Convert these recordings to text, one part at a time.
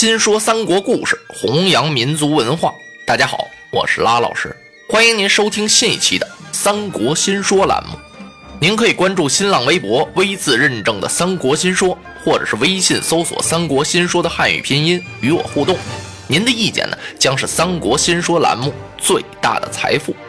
新说三国故事，弘扬民族文化。大家好，我是拉老师，欢迎您收听新一期的三国新说栏目。您可以关注新浪微博微字认证的三国新说，或者是微信搜索三国新说的汉语拼音与我互动。您的意见呢，将是三国新说栏目最大的财富。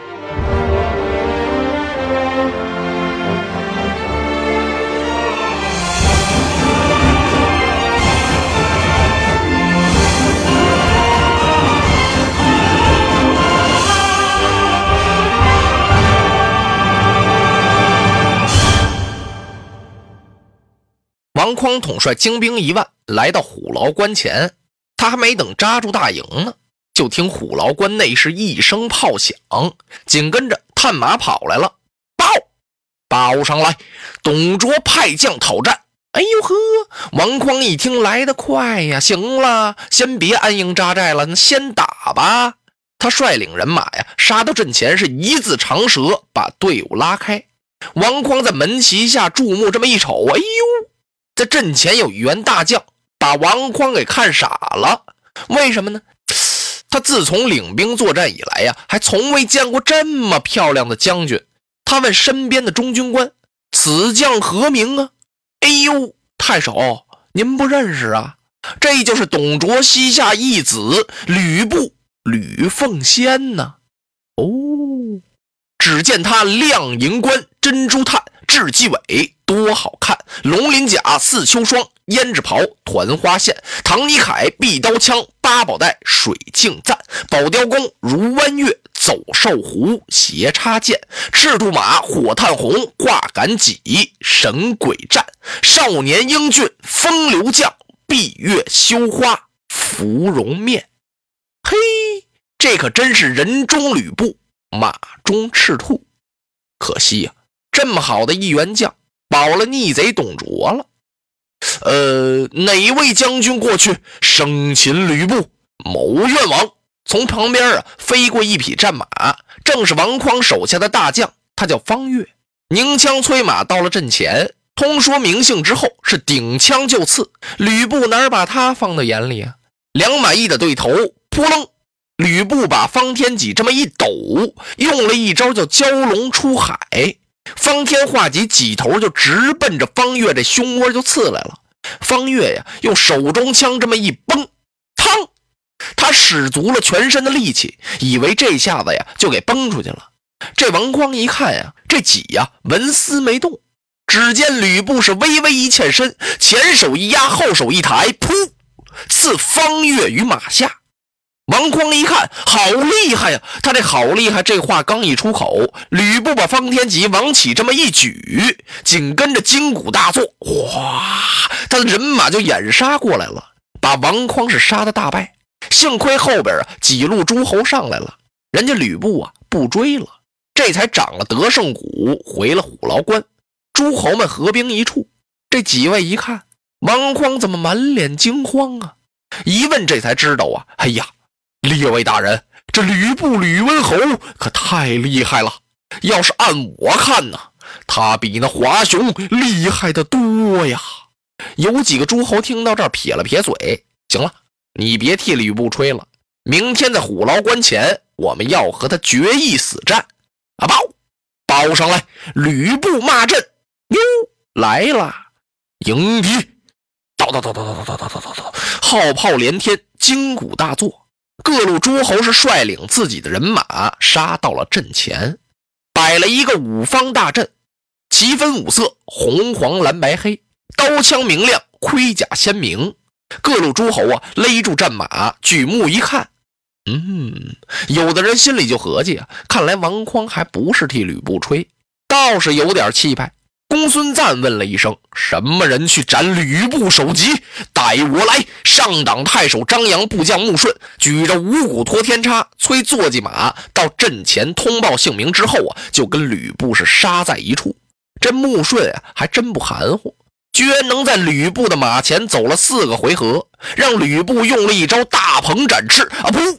王匡统帅精兵1万来到虎牢关前，他还没等扎住大营呢，就听虎牢关内是一声炮响，紧跟着探马跑来了，报上来，董卓派将讨战。哎呦呵，王匡一听来得快呀，行了，先别安营扎寨了，先打吧。他率领人马呀，杀到阵前，是一字长蛇把队伍拉开。王匡在门旗下注目这么一瞅，哎呦，在阵前有一员大将，把王匡给看傻了。为什么呢？他自从领兵作战以来呀，还从未见过这么漂亮的将军。他问身边的中军官：“此将何名啊？”哎呦，太守，您不认识啊？这就是董卓膝下一子吕布，吕奉先呢。哦，只见他亮银冠，珍珠炭，雉鸡尾，多好看！龙鳞甲，四秋霜，胭脂袍，团花线，唐尼铠，碧刀枪，八宝带，水镜赞，宝雕弓，如弯月，走兽弧，斜插剑，赤兔马，火炭红，挂杆戟，神鬼战，少年英俊，风流将，闭月羞花，芙蓉面。嘿，这可真是人中吕布，马中赤兔。可惜呀，这么好的一员将保了逆贼董卓了。哪位将军过去生擒吕布？某愿往。从旁边飞过一匹战马，正是王匡手下的大将，他叫方悦。宁枪催马到了阵前，通说名姓之后，是顶枪就刺。吕布哪把他放到眼里啊？两马一的对头，扑棱，吕布把方天戟这么一抖，用了一招叫蛟龙出海。方天画戟戟头就直奔着方悦这胸窝就刺来了。方悦呀，用手中枪这么一崩，嘡，他使足了全身的力气，以为这下子呀就给崩出去了。这王匡一看呀，这戟呀纹丝没动。只见吕布是微微一欠身，前手一压，后手一抬，噗，刺方悦于马下。王匡一看，好厉害呀！他这好厉害，这话刚一出口，吕布把方天戟往起这么一举，紧跟着筋骨大作，哗，他的人马就掩杀过来了，把王匡是杀得大败。幸亏后边几路诸侯上来了，人家吕布不追了，这才长了得胜鼓，回了虎牢关。诸侯们合兵一处，这几位一看，王匡怎么满脸惊慌啊？一问这才知道哎呀，列位大人，这吕布吕温侯可太厉害了，要是按我看呢，他比那华雄厉害得多呀。有几个诸侯听到这儿撇了撇嘴，行了，你别替吕布吹了，明天在虎牢关前，我们要和他决一死战。报上来，吕布骂阵。哟，来了，迎敌，到，号炮连天，筋骨大作。各路诸侯是率领自己的人马杀到了阵前，摆了一个五方大阵，旗分五色，红黄蓝白黑，刀枪明亮，盔甲鲜明。各路诸侯勒住战马，举目一看，有的人心里就合计看来王匡还不是替吕布吹，倒是有点气派。公孙瓒问了一声：“什么人去斩吕布首级？带我来！”上党太守张扬部将穆顺举着五谷托天叉，催坐骑马到阵前通报姓名之后就跟吕布是杀在一处。这穆顺还真不含糊，居然能在吕布的马前走了4个回合，让吕布用了一招大鹏展翅，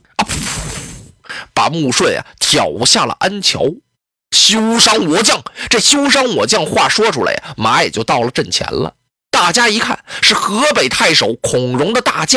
把穆顺挑下了安桥。休伤我将，这休伤我将话说出来马也就到了阵前了。大家一看，是河北太守孔融的大将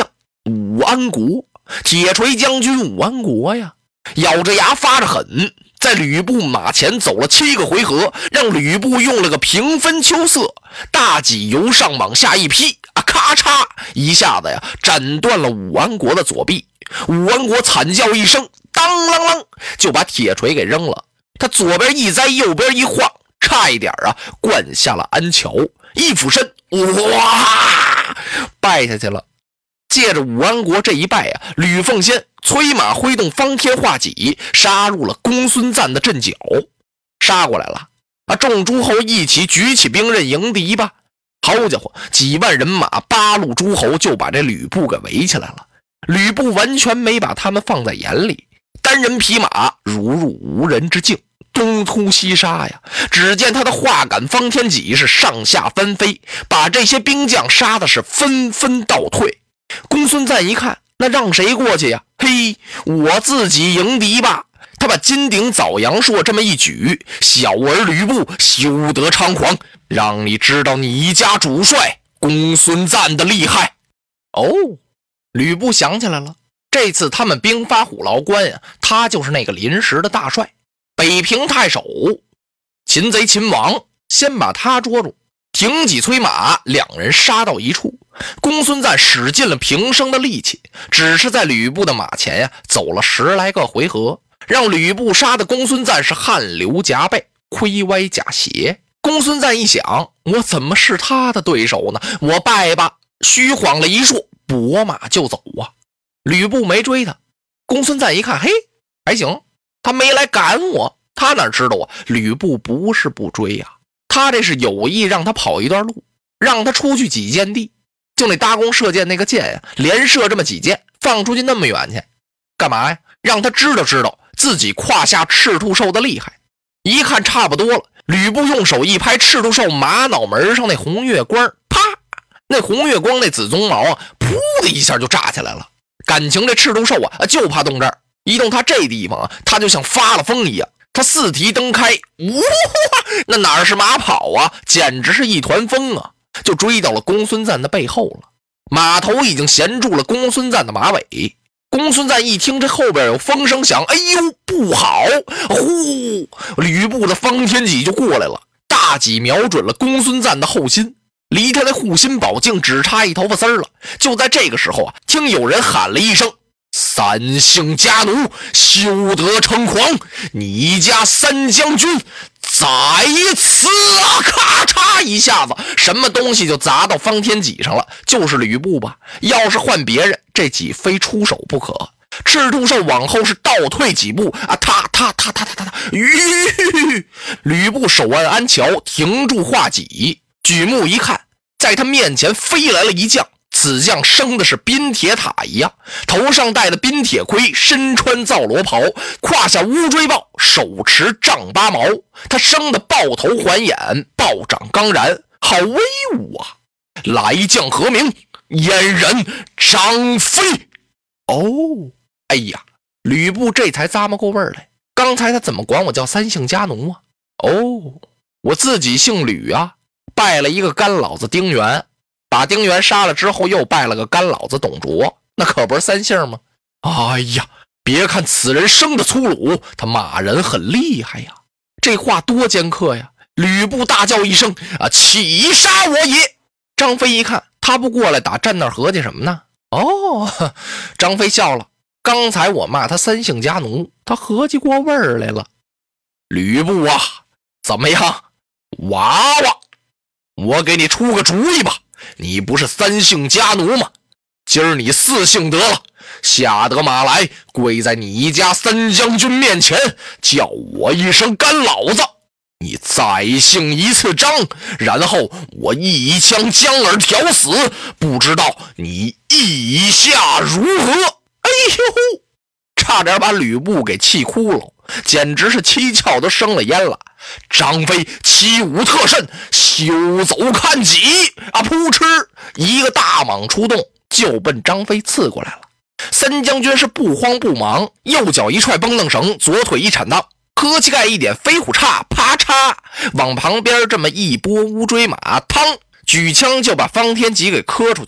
武安国，铁锤将军武安国呀，咬着牙发着狠，在吕布马前走了7个回合，让吕布用了个平分秋色，大戟由上往下一劈咔嚓一下子呀，斩断了武安国的左臂。武安国惨叫一声，当啷啷就把铁锤给扔了。他左边一栽，右边一晃，差一点灌下了安桥，一俯身，哇，败下去了。借着武安国这一败吕奉先催马挥动方天画戟，杀入了公孙瓒的阵脚。杀过来了众诸侯一起举起兵刃迎敌吧。好家伙，几万人马8路诸侯就把这吕布给围起来了。吕布完全没把他们放在眼里，单人匹马如入无人之境，东突西杀呀。只见他的画杆方天戟是上下翻飞，把这些兵将杀的是纷纷倒退。公孙瓒一看，那让谁过去呀？嘿，我自己迎敌吧。他把金鼎枣阳硕这么一举，小儿吕布休得猖狂，让你知道你家主帅公孙瓒的厉害。吕布想起来了，这次他们兵发虎牢关他就是那个临时的大帅，北平太守，擒贼擒王，先把他捉住，挺戟催马，两人杀到一处。公孙瓒使尽了平生的力气，只是在吕布的马前走了10来个回合，让吕布杀的公孙瓒是汗流浃背，盔歪甲斜。公孙瓒一想，我怎么是他的对手呢？我败吧，虚晃了一束，拨马就走吕布没追他。公孙瓒一看，嘿，还行，他没来赶我，他哪知道吕布不是不追他这是有意让他跑一段路，让他出去几箭地。就那搭弓射箭那个箭连射这么几箭，放出去那么远去，干嘛呀？让他知道知道自己胯下赤兔兽的厉害。一看差不多了，吕布用手一拍赤兔兽马脑门上那红月光，啪，那红月光那紫鬃毛噗的一下就炸起来了。感情这赤兔兽就怕动这儿，一动他这地方他就像发了疯一样，他四蹄蹬开，那哪是马跑简直是一团风就追到了公孙瓒的背后了。马头已经衔住了公孙瓒的马尾。公孙瓒一听这后边有风声响，哎呦，不好！呼，吕布的方天戟就过来了，大戟瞄准了公孙瓒的后心，离他的护心宝镜只差一头发丝了。就在这个时候听有人喊了一声：“三姓家奴，休得猖狂！你家三将军在此咔嚓一下子，什么东西就砸到方天戟上了。就是吕布吧，要是换别人，这戟非出手不可。赤兔兽往后是倒退几步吕布手按安桥，停住画戟，举目一看，在他面前飞来了一将。此将生的是冰铁塔一样，头上戴的冰铁盔，身穿皂罗袍，胯下乌骓豹，手持丈八矛。他生的豹头环眼，豹掌刚然，好威武来将何名？燕人张飞。哎呀，吕布这才咂摸过味儿来，刚才他怎么管我叫三姓家奴我自己姓吕拜了一个干老子丁原，把丁原杀了之后又拜了个干老子董卓，那可不是三姓吗？哎呀，别看此人生的粗鲁，他骂人很厉害呀，这话多尖刻呀！吕布大叫一声起杀我也！张飞一看他不过来打，站那合计什么呢？张飞笑了，刚才我骂他三姓家奴，他合计过味儿来了。吕布怎么样，娃娃，我给你出个主意吧，你不是三姓家奴吗？今儿你4姓得了，下得马来，跪在你家三将军面前，叫我一声干老子，你再姓一次张，然后我一枪将耳挑死，不知道你意下如何？哎呦，差点把吕布给气哭了，简直是七窍都生了烟了。张飞起舞特甚，休走看戟扑哧一个大蟒出洞，就奔张飞刺过来了。三将军是不慌不忙，右脚一踹绷凳绳，左腿一铲荡，磕膝盖一点飞虎叉，啪嚓往旁边这么一拨乌骓马，嘡，举枪就把方天戟给磕出去了。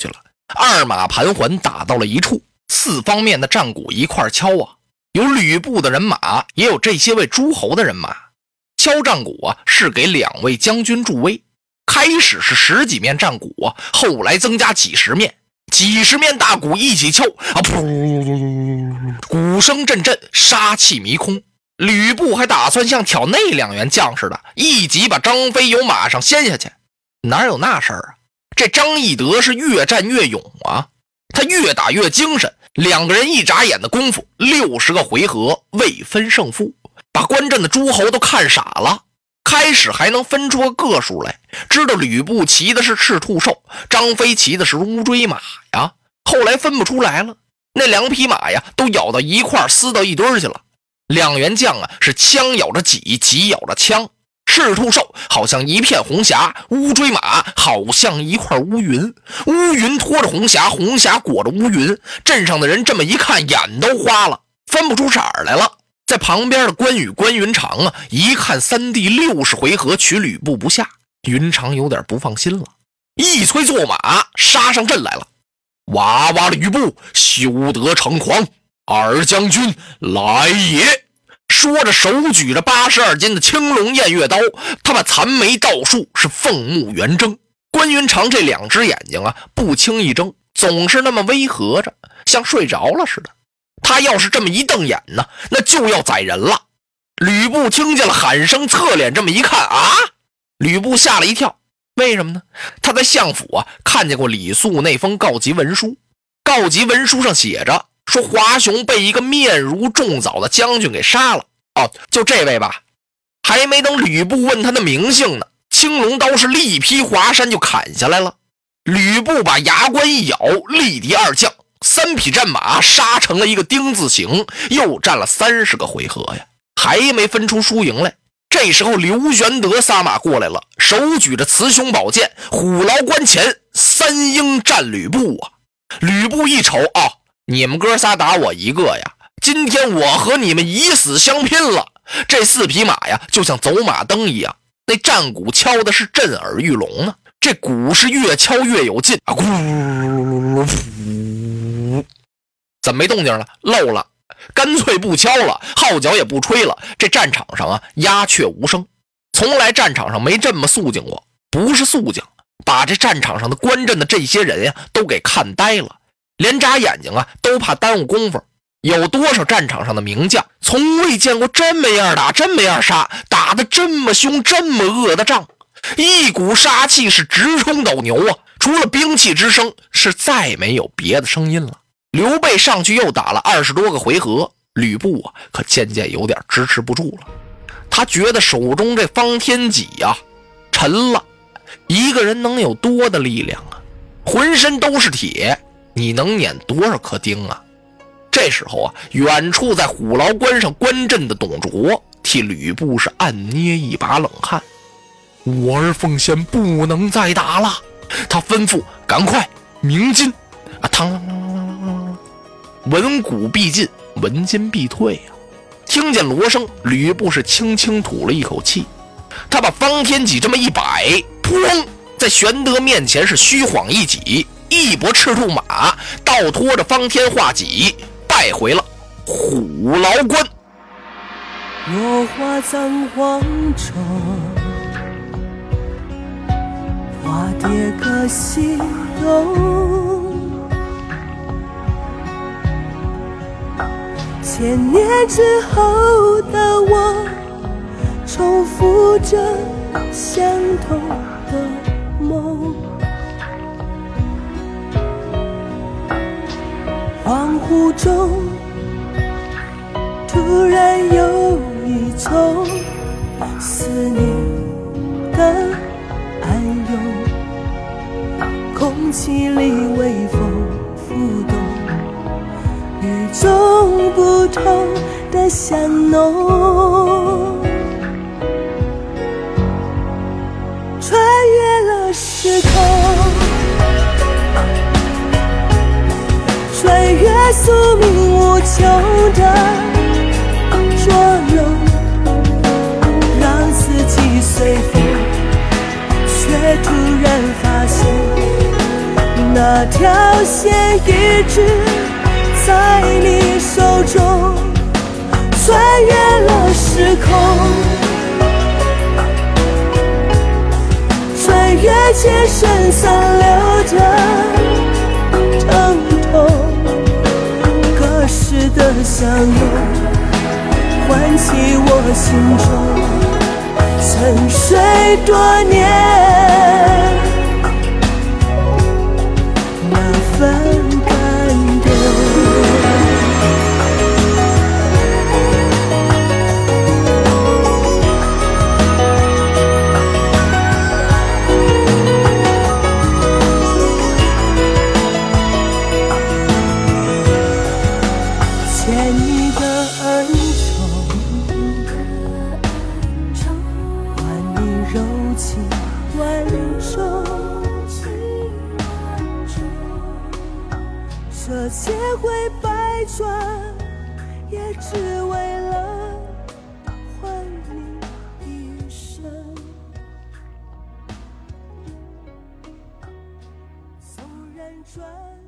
二马盘桓打到了一处，四方面的战鼓一块敲啊，有吕布的人马，也有这些位诸侯的人马。敲战鼓啊，是给2位将军助威。开始是10几面战鼓啊，后来增加几十面大鼓一起敲啊，噗，鼓声阵阵，杀气迷空。吕布还打算像挑那2员将似的，一击把张飞由马上掀下去。哪有那事儿啊？这张翼德是越战越勇啊，他越打越精神。2个人一眨眼的功夫，60个回合未分胜负，把关阵的诸侯都看傻了。开始还能分出个数来，知道吕布骑的是赤兔兽，张飞骑的是乌骓马呀。后来分不出来了，那2匹马呀都咬到一块，撕到一堆去了。2员将啊是枪咬着戟，戟咬着枪。赤兔兽好像一片红霞，乌骓马好像一块乌云，乌云拖着红霞，红霞裹着乌云。镇上的人这么一看，眼都花了，分不出色来了。在旁边的关羽关云长啊，一看3弟60回合取吕布不下，云长有点不放心了，一催坐马杀上阵来了。哇哇吕布，休得逞狂，二将军来也！说着手举着82斤的青龙偃月刀，他把残眉倒竖，是凤目圆睁。关云长这2只眼睛啊不轻易睁，总是那么微合着，像睡着了似的。他要是这么一瞪眼呢，那就要宰人了。吕布听见了喊声，侧脸这么一看啊，吕布吓了一跳。为什么呢？他在相府啊看见过李肃那封告急文书，告急文书上写着说华雄被一个面如重枣的将军给杀了。哦，就这位吧。还没等吕布问他的名姓呢，青龙刀是力劈华山就砍下来了。吕布把牙关一咬，力敌2将，3匹战马杀成了一个丁字形，又战了30个回合呀，还没分出输赢来。这时候刘玄德撒马过来了，手举着雌雄宝剑，虎牢关前3英战吕布啊。吕布一瞅啊，你们哥仨打我一个呀，今天我和你们以死相拼了。这4匹马呀就像走马灯一样，那战鼓敲的是震耳欲聋呢，这鼓是越敲越有劲啊，咕，怎么没动静了？漏了，干脆不敲了，号角也不吹了。这战场上啊鸦雀无声，从来战场上没这么肃静过。不是肃静，把这战场上的关阵的这些人呀都给看呆了，连眨眼睛啊都怕耽误功夫。有多少战场上的名将从未见过这么样打，这么样杀，打得这么凶，这么恶的仗，一股杀气是直冲斗牛啊！除了兵器之声，是再没有别的声音了。刘备上去又打了20多个回合，吕布啊可渐渐有点支持不住了。他觉得手中这方天戟啊沉了，一个人能有多的力量啊？浑身都是铁，你能碾多少颗钉啊？这时候啊，远处在虎牢关上关阵的董卓替吕布是暗捏一把冷汗。我儿奉先不能再打了，他吩咐赶快鸣金啊，嘡啷啷啷啷啷，文武必进，文金必退啊。听见锣声，吕布是轻轻吐了一口气，他把方天戟这么一摆，砰，在玄德面前是虚晃一戟，一拨赤兔马倒拖着方天画戟带回了虎牢关。 落花葬黄冢，花蝶各西东。千年之后的我，重复着相同的梦。恍惚中，突然有一种思念的暗涌，空气里微风浮动，与众不同的香浓，穿越了时空，穿越宿命那条线一直在你手中，穿越了时空，穿越千生残留的疼痛，隔世的相拥，唤起我心中沉睡多年那份感动。欠你的恩宠，还你柔情万种，这千回百转，也只为了还你一生。纵然转